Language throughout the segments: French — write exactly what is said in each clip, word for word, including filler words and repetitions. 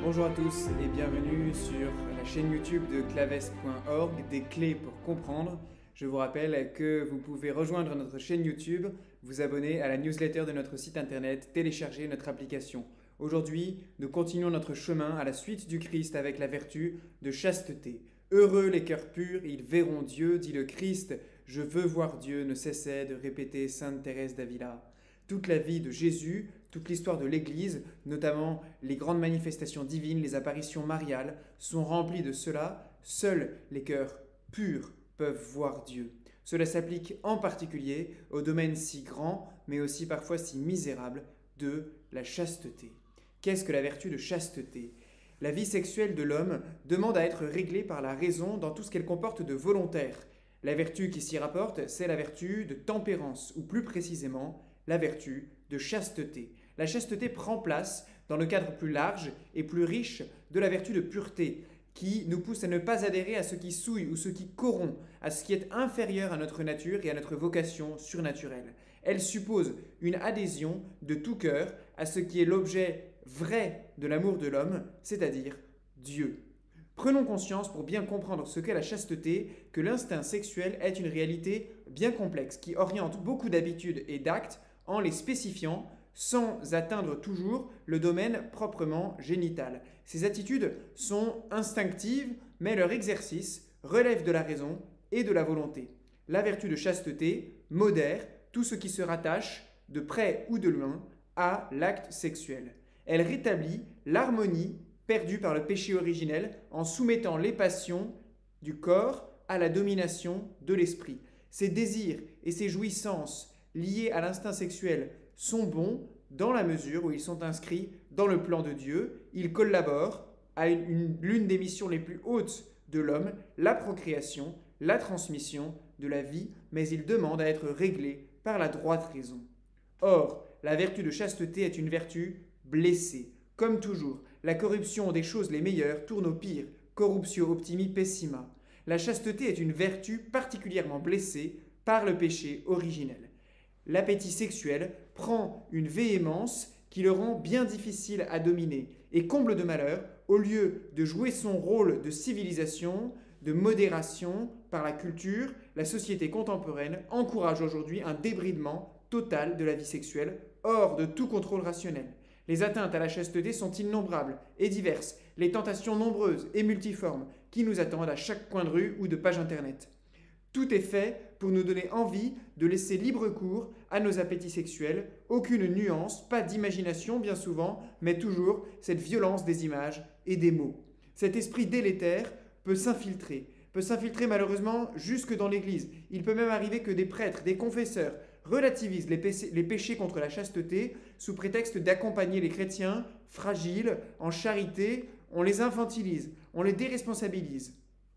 Bonjour à tous et bienvenue sur la chaîne YouTube de claves point org, des clés pour comprendre. Je vous rappelle que vous pouvez rejoindre notre chaîne YouTube, vous abonner à la newsletter de notre site internet, télécharger notre application. Aujourd'hui, nous continuons notre chemin à la suite du Christ avec la vertu de chasteté. Heureux les cœurs purs, ils verront Dieu, dit le Christ. Je veux voir Dieu, ne cessait de répéter sainte Thérèse d'Avila. Toute la vie de Jésus, toute l'histoire de l'Église, notamment les grandes manifestations divines, les apparitions mariales, sont remplies de cela. Seuls les cœurs purs peuvent voir Dieu. Cela s'applique en particulier au domaine si grand, mais aussi parfois si misérable, de la chasteté. Qu'est-ce que la vertu de chasteté ? La vie sexuelle de l'homme demande à être réglée par la raison dans tout ce qu'elle comporte de volontaire. La vertu qui s'y rapporte, c'est la vertu de tempérance, ou plus précisément, la vertu de chasteté. La chasteté prend place dans le cadre plus large et plus riche de la vertu de pureté, qui nous pousse à ne pas adhérer à ce qui souille ou ce qui corrompt, à ce qui est inférieur à notre nature et à notre vocation surnaturelle. Elle suppose une adhésion de tout cœur à ce qui est l'objet vrai de l'amour de l'homme, c'est-à-dire Dieu. Prenons conscience pour bien comprendre ce qu'est la chasteté, que l'instinct sexuel est une réalité bien complexe qui oriente beaucoup d'habitudes et d'actes en les spécifiant sans atteindre toujours le domaine proprement génital. Ces attitudes sont instinctives, mais leur exercice relève de la raison et de la volonté. La vertu de chasteté modère tout ce qui se rattache, de près ou de loin, à l'acte sexuel. Elle rétablit l'harmonie perdue par le péché originel en soumettant les passions du corps à la domination de l'esprit. Ces désirs et ces jouissances liés à l'instinct sexuel sont bons dans la mesure où ils sont inscrits dans le plan de Dieu. Ils collaborent à l'une des missions les plus hautes de l'homme, la procréation, la transmission de la vie, mais ils demandent à être réglés par la droite raison. Or, la vertu de chasteté est une vertu blessée. Comme toujours, la corruption des choses les meilleures tourne au pire, corruptio optimi pessima. La chasteté est une vertu particulièrement blessée par le péché originel. L'appétit sexuel prend une véhémence qui le rend bien difficile à dominer. Et comble de malheur, au lieu de jouer son rôle de civilisation, de modération par la culture, la société contemporaine encourage aujourd'hui un débridement total de la vie sexuelle, hors de tout contrôle rationnel. Les atteintes à la chasteté sont innombrables et diverses, les tentations nombreuses et multiformes qui nous attendent à chaque coin de rue ou de page internet. Tout est fait pour nous donner envie de laisser libre cours à nos appétits sexuels, aucune nuance, pas d'imagination bien souvent, mais toujours cette violence des images et des mots. Cet esprit délétère peut s'infiltrer, peut s'infiltrer malheureusement jusque dans l'Église. Il peut même arriver que des prêtres, des confesseurs relativisent les péchés, les péchés contre la chasteté sous prétexte d'accompagner les chrétiens fragiles en charité. On les infantilise, on les déresponsabilise.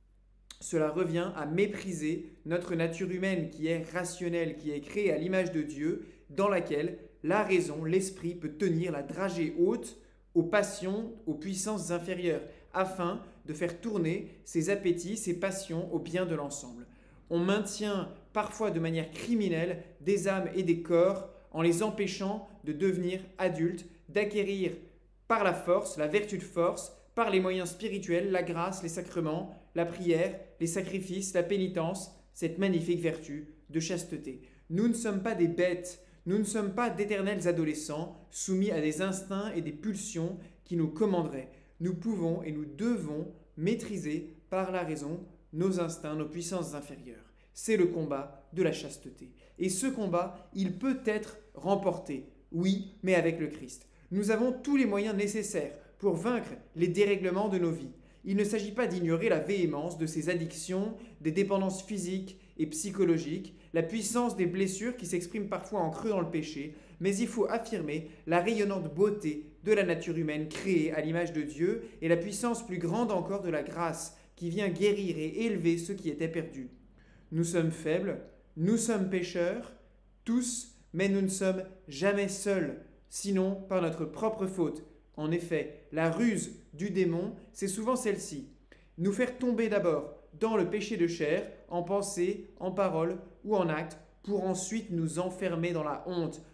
Cela revient à mépriser notre nature humaine qui est rationnelle, qui est créée à l'image de Dieu, dans laquelle la raison, l'esprit peut tenir la dragée haute aux passions, aux puissances inférieures, afin de faire tourner ses appétits, ses passions au bien de l'ensemble. On maintient parfois de manière criminelle des âmes et des corps en les empêchant de devenir adultes, d'acquérir par la force, la vertu de force, par les moyens spirituels, la grâce, les sacrements, la prière, les sacrifices, la pénitence, cette magnifique vertu de chasteté. Nous ne sommes pas des bêtes, nous ne sommes pas d'éternels adolescents soumis à des instincts et des pulsions qui nous commanderaient. Nous pouvons et nous devons maîtriser par la raison nos instincts, nos puissances inférieures. C'est le combat de la chasteté. Et ce combat, il peut être remporté, oui, mais avec le Christ. Nous avons tous les moyens nécessaires pour vaincre les dérèglements de nos vies. Il ne s'agit pas d'ignorer la véhémence de ces addictions, des dépendances physiques et psychologiques, la puissance des blessures qui s'expriment parfois en creux dans le péché, mais il faut affirmer la rayonnante beauté de la nature humaine créée à l'image de Dieu et la puissance plus grande encore de la grâce qui vient guérir et élever ceux qui étaient perdus. Nous sommes faibles, nous sommes pécheurs, tous, mais nous ne sommes jamais seuls, sinon par notre propre faute. En effet, la ruse du démon, c'est souvent celle-ci. Nous faire tomber d'abord dans le péché de chair, en pensée, en parole ou en acte, pour ensuite nous enfermer dans la honte,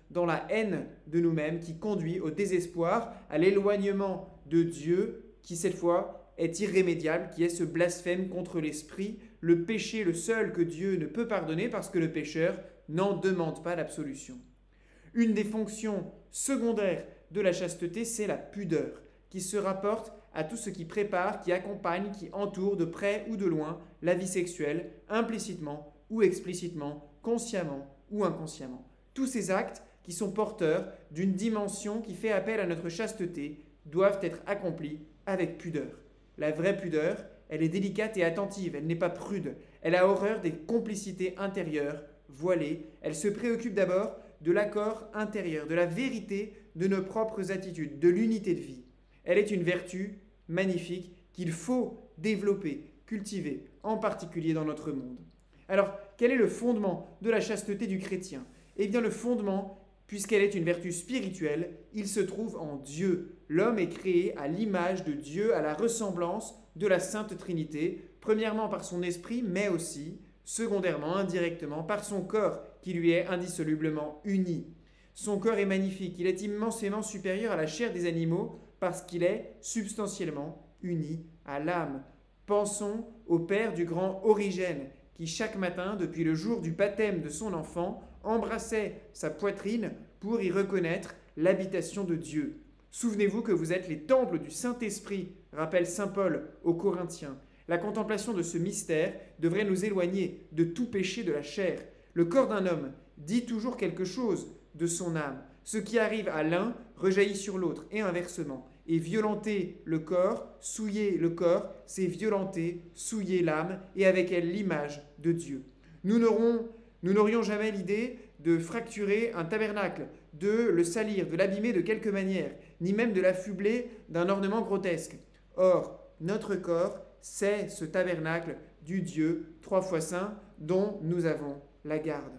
dans la haine de nous-mêmes qui conduit au désespoir, à l'éloignement de Dieu qui cette fois est irrémédiable, qui est ce blasphème contre l'esprit, le péché le seul que Dieu ne peut pardonner parce que le pécheur n'en demande pas l'absolution. Une des fonctions secondaires de la chasteté, c'est la pudeur, qui se rapporte à tout ce qui prépare, qui accompagne, qui entoure de près ou de loin la vie sexuelle, implicitement ou explicitement, consciemment ou inconsciemment. Tous ces actes qui sont porteurs d'une dimension qui fait appel à notre chasteté doivent être accomplis avec pudeur. La vraie pudeur, elle est délicate et attentive, elle n'est pas prude, elle a horreur des complicités intérieures, voilées, elle se préoccupe d'abord de l'accord intérieur, de la vérité de nos propres attitudes, de l'unité de vie. Elle est une vertu magnifique qu'il faut développer, cultiver, en particulier dans notre monde. Alors, quel est le fondement de la chasteté du chrétien? Eh bien, le fondement, puisqu'elle est une vertu spirituelle, il se trouve en Dieu. L'homme est créé à l'image de Dieu, à la ressemblance de la Sainte Trinité, premièrement par son esprit, mais aussi, secondairement, indirectement, par son corps qui lui est indissolublement uni. Son corps est magnifique, il est immensément supérieur à la chair des animaux parce qu'il est substantiellement uni à l'âme. Pensons au père du grand Origène qui chaque matin, depuis le jour du baptême de son enfant, embrassait sa poitrine pour y reconnaître l'habitation de Dieu. Souvenez-vous que vous êtes les temples du Saint-Esprit, rappelle saint Paul aux Corinthiens. La contemplation de ce mystère devrait nous éloigner de tout péché de la chair. Le corps d'un homme dit toujours quelque chose de son âme. Ce qui arrive à l'un rejaillit sur l'autre et inversement. Et violenter le corps, souiller le corps, c'est violenter, souiller l'âme et avec elle l'image de Dieu. Nous n'aurons, nous n'aurions jamais l'idée de fracturer un tabernacle, de le salir, de l'abîmer de quelque manière, ni même de l'affubler d'un ornement grotesque. Or, notre corps, c'est ce tabernacle du Dieu trois fois saint dont nous avons la garde.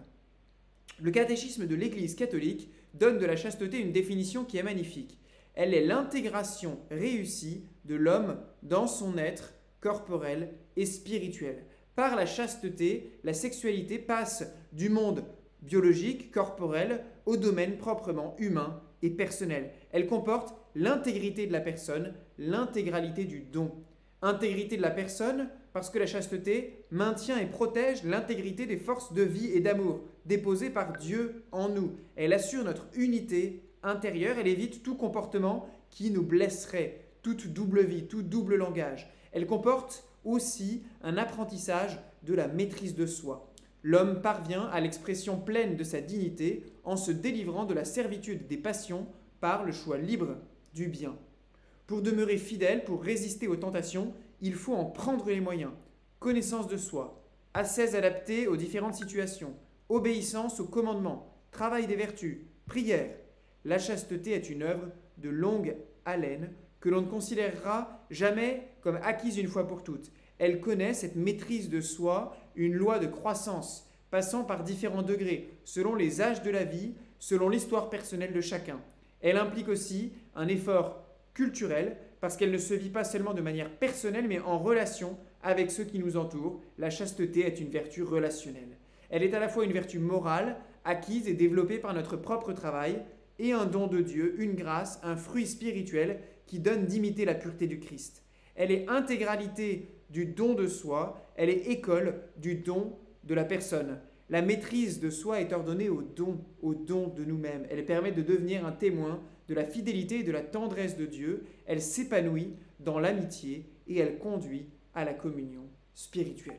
Le catéchisme de l'Église catholique donne de la chasteté une définition qui est magnifique. Elle est l'intégration réussie de l'homme dans son être corporel et spirituel. Par la chasteté, la sexualité passe du monde biologique, corporel, au domaine proprement humain et personnel. Elle comporte l'intégrité de la personne, l'intégralité du don. Intégrité de la personne parce que la chasteté maintient et protège l'intégrité des forces de vie et d'amour déposées par Dieu en nous. Elle assure notre unité intérieure, elle évite tout comportement qui nous blesserait, toute double vie, tout double langage. Elle comporte aussi un apprentissage de la maîtrise de soi. L'homme parvient à l'expression pleine de sa dignité en se délivrant de la servitude des passions par le choix libre du bien. Pour demeurer fidèle, pour résister aux tentations, il faut en prendre les moyens. Connaissance de soi, ascèse adaptée aux différentes situations, obéissance aux commandements, travail des vertus, prière. La chasteté est une œuvre de longue haleine que l'on ne considérera jamais comme acquise une fois pour toutes. Elle connaît cette maîtrise de soi, une loi de croissance, passant par différents degrés, selon les âges de la vie, selon l'histoire personnelle de chacun. Elle implique aussi un effort culturel, parce qu'elle ne se vit pas seulement de manière personnelle, mais en relation avec ceux qui nous entourent. La chasteté est une vertu relationnelle. Elle est à la fois une vertu morale, acquise et développée par notre propre travail, et un don de Dieu, une grâce, un fruit spirituel qui donne d'imiter la pureté du Christ. Elle est intégralité du don de soi, elle est école du don de la personne. La maîtrise de soi est ordonnée au don, au don de nous-mêmes. Elle permet de devenir un témoin de la fidélité et de la tendresse de Dieu. Elle s'épanouit dans l'amitié et elle conduit à la communion spirituelle.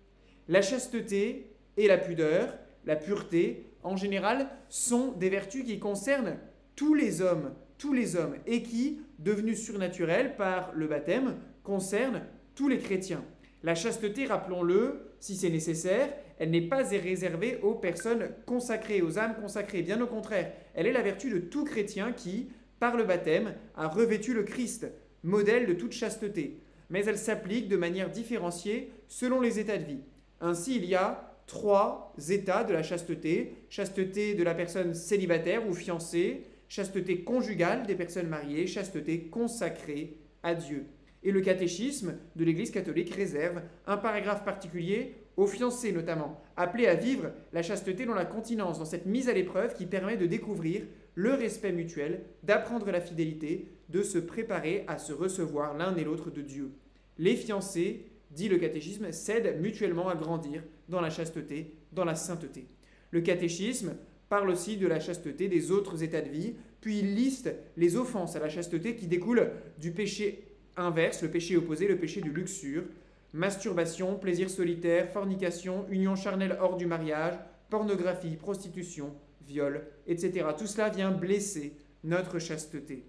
La chasteté et la pudeur, la pureté, en général, sont des vertus qui concernent tous les hommes, tous les hommes, et qui, devenus surnaturels par le baptême, concernent tous les chrétiens. La chasteté, rappelons-le, si c'est nécessaire, elle n'est pas réservée aux personnes consacrées, aux âmes consacrées. Bien au contraire, elle est la vertu de tout chrétien qui, par le baptême, a revêtu le Christ, modèle de toute chasteté. Mais elle s'applique de manière différenciée selon les états de vie. Ainsi, il y a trois états de la chasteté. Chasteté de la personne célibataire ou fiancée, chasteté conjugale des personnes mariées, chasteté consacrée à Dieu. Et le catéchisme de l'Église catholique réserve un paragraphe particulier aux fiancés notamment, appelés à vivre la chasteté dans la continence, dans cette mise à l'épreuve qui permet de découvrir le respect mutuel, d'apprendre la fidélité, de se préparer à se recevoir l'un et l'autre de Dieu. Les fiancés, dit le catéchisme, s'aident mutuellement à grandir dans la chasteté, dans la sainteté. Le catéchisme parle aussi de la chasteté des autres états de vie, puis il liste les offenses à la chasteté qui découlent du péché inverse, le péché opposé, le péché de luxure, masturbation, plaisir solitaire, fornication, union charnelle hors du mariage, pornographie, prostitution, viol, et cetera. Tout cela vient blesser notre chasteté.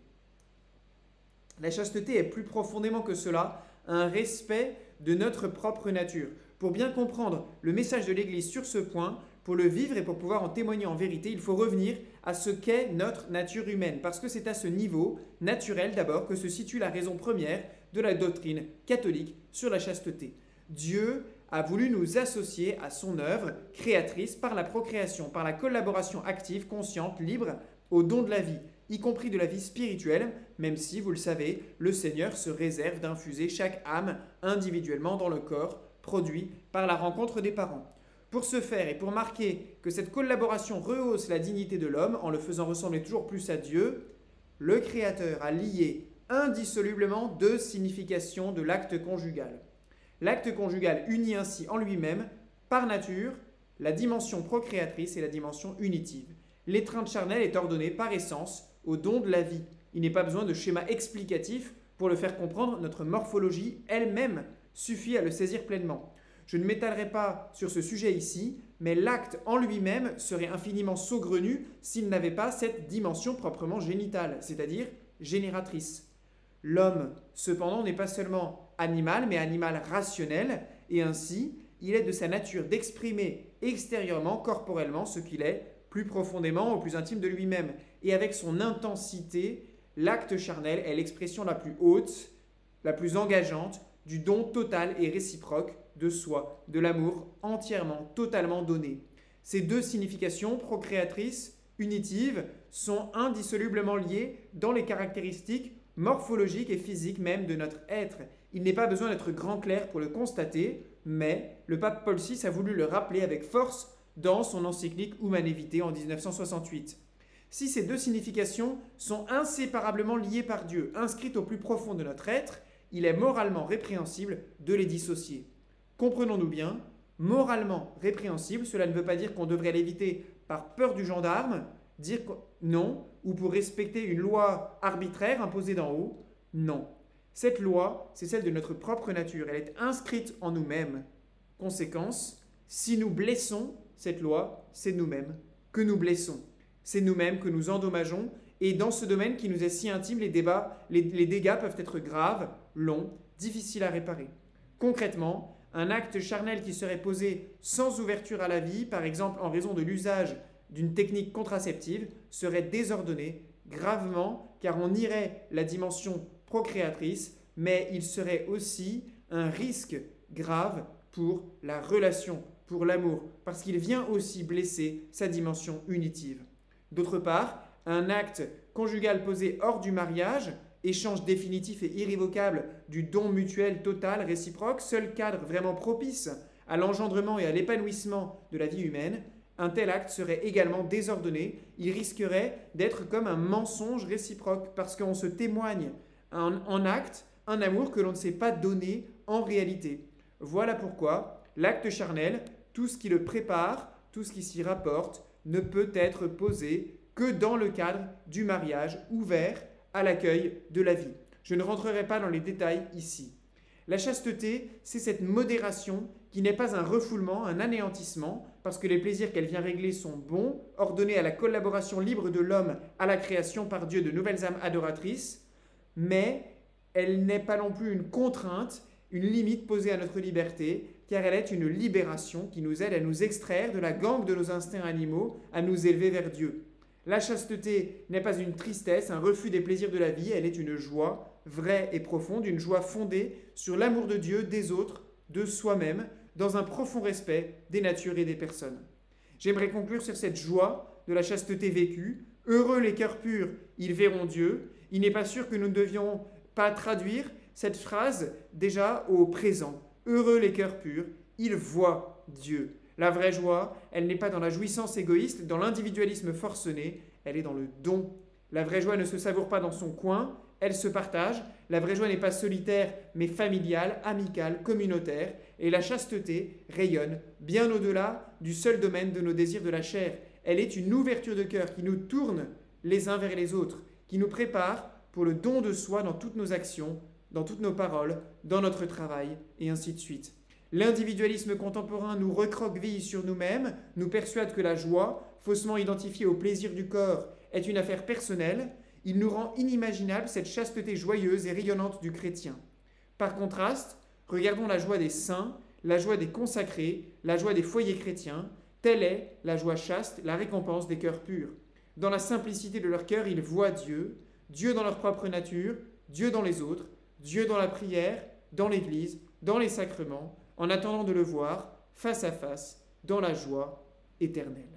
La chasteté est plus profondément que cela un respect de notre propre nature. Pour bien comprendre le message de l'Église sur ce point, pour le vivre et pour pouvoir en témoigner en vérité, il faut revenir à ce qu'est notre nature humaine, parce que c'est à ce niveau naturel d'abord que se situe la raison première de la doctrine catholique sur la chasteté. Dieu a voulu nous associer à son œuvre créatrice par la procréation, par la collaboration active, consciente, libre au don de la vie, y compris de la vie spirituelle, même si, vous le savez, le Seigneur se réserve d'infuser chaque âme individuellement dans le corps produit par la rencontre des parents. Pour ce faire et pour marquer que cette collaboration rehausse la dignité de l'homme en le faisant ressembler toujours plus à Dieu, le Créateur a lié indissolublement deux significations de l'acte conjugal. L'acte conjugal unit ainsi en lui-même, par nature, la dimension procréatrice et la dimension unitive. L'étreinte charnelle est ordonnée par essence au don de la vie. Il n'est pas besoin de schéma explicatif pour le faire comprendre, notre morphologie elle-même suffit à le saisir pleinement. Je ne m'étalerai pas sur ce sujet ici, mais l'acte en lui-même serait infiniment saugrenu s'il n'avait pas cette dimension proprement génitale, c'est-à-dire génératrice. L'homme, cependant, n'est pas seulement animal, mais animal rationnel, et ainsi, il est de sa nature d'exprimer extérieurement, corporellement, ce qu'il est, plus profondément, au plus intime de lui-même. Et avec son intensité, l'acte charnel est l'expression la plus haute, la plus engageante, du don total et réciproque de soi, de l'amour entièrement, totalement donné. Ces deux significations, procréatrices, unitives, sont indissolublement liées dans les caractéristiques morphologiques et physiques même de notre être. Il n'est pas besoin d'être grand clair pour le constater, mais le pape Paul six a voulu le rappeler avec force dans son encyclique Humanae Vitae en mille neuf cent soixante-huit. Si ces deux significations sont inséparablement liées par Dieu, inscrites au plus profond de notre être, il est moralement répréhensible de les dissocier. Comprenons-nous bien, moralement répréhensible, cela ne veut pas dire qu'on devrait l'éviter par peur du gendarme, dire non, ou pour respecter une loi arbitraire imposée d'en haut, non. Cette loi, c'est celle de notre propre nature, elle est inscrite en nous-mêmes. Conséquence, si nous blessons cette loi, c'est nous-mêmes que nous blessons. C'est nous-mêmes que nous endommageons, et dans ce domaine qui nous est si intime, les, débats, les, les dégâts peuvent être graves, longs, difficiles à réparer. Concrètement, un acte charnel qui serait posé sans ouverture à la vie, par exemple en raison de l'usage d'une technique contraceptive, serait désordonné gravement car on irait la dimension procréatrice, mais il serait aussi un risque grave pour la relation, pour l'amour, parce qu'il vient aussi blesser sa dimension unitive. D'autre part, un acte conjugal posé hors du mariage, échange définitif et irrévocable du don mutuel total, réciproque, seul cadre vraiment propice à l'engendrement et à l'épanouissement de la vie humaine, un tel acte serait également désordonné, il risquerait d'être comme un mensonge réciproque parce qu'on se témoigne en, en acte un amour que l'on ne sait pas donner en réalité. Voilà pourquoi l'acte charnel, tout ce qui le prépare, tout ce qui s'y rapporte, ne peut être posé que dans le cadre du mariage ouvert à l'accueil de la vie. Je ne rentrerai pas dans les détails ici. La chasteté, c'est cette modération qui n'est pas un refoulement, un anéantissement, parce que les plaisirs qu'elle vient régler sont bons, ordonnés à la collaboration libre de l'homme à la création par Dieu de nouvelles âmes adoratrices, mais elle n'est pas non plus une contrainte, une limite posée à notre liberté, car elle est une libération qui nous aide à nous extraire de la gangue de nos instincts animaux, à nous élever vers Dieu. La chasteté n'est pas une tristesse, un refus des plaisirs de la vie, elle est une joie vraie et profonde, une joie fondée sur l'amour de Dieu, des autres, de soi-même, dans un profond respect des natures et des personnes. J'aimerais conclure sur cette joie de la chasteté vécue. Heureux les cœurs purs, ils verront Dieu. Il n'est pas sûr que nous ne devions pas traduire cette phrase déjà au présent. Heureux les cœurs purs, ils voient Dieu. La vraie joie, elle n'est pas dans la jouissance égoïste, dans l'individualisme forcené, elle est dans le don. La vraie joie ne se savoure pas dans son coin, elle se partage. La vraie joie n'est pas solitaire, mais familiale, amicale, communautaire. Et la chasteté rayonne bien au-delà du seul domaine de nos désirs de la chair. Elle est une ouverture de cœur qui nous tourne les uns vers les autres, qui nous prépare pour le don de soi dans toutes nos actions, dans toutes nos paroles, dans notre travail, et ainsi de suite. L'individualisme contemporain nous recroqueville sur nous-mêmes, nous persuade que la joie, faussement identifiée au plaisir du corps, est une affaire personnelle. Il nous rend inimaginable cette chasteté joyeuse et rayonnante du chrétien. Par contraste, regardons la joie des saints, la joie des consacrés, la joie des foyers chrétiens. Telle est la joie chaste, la récompense des cœurs purs. Dans la simplicité de leur cœur, ils voient Dieu, Dieu dans leur propre nature, Dieu dans les autres, Dieu dans la prière, dans l'Église, dans les sacrements, en attendant de le voir face à face, dans la joie éternelle.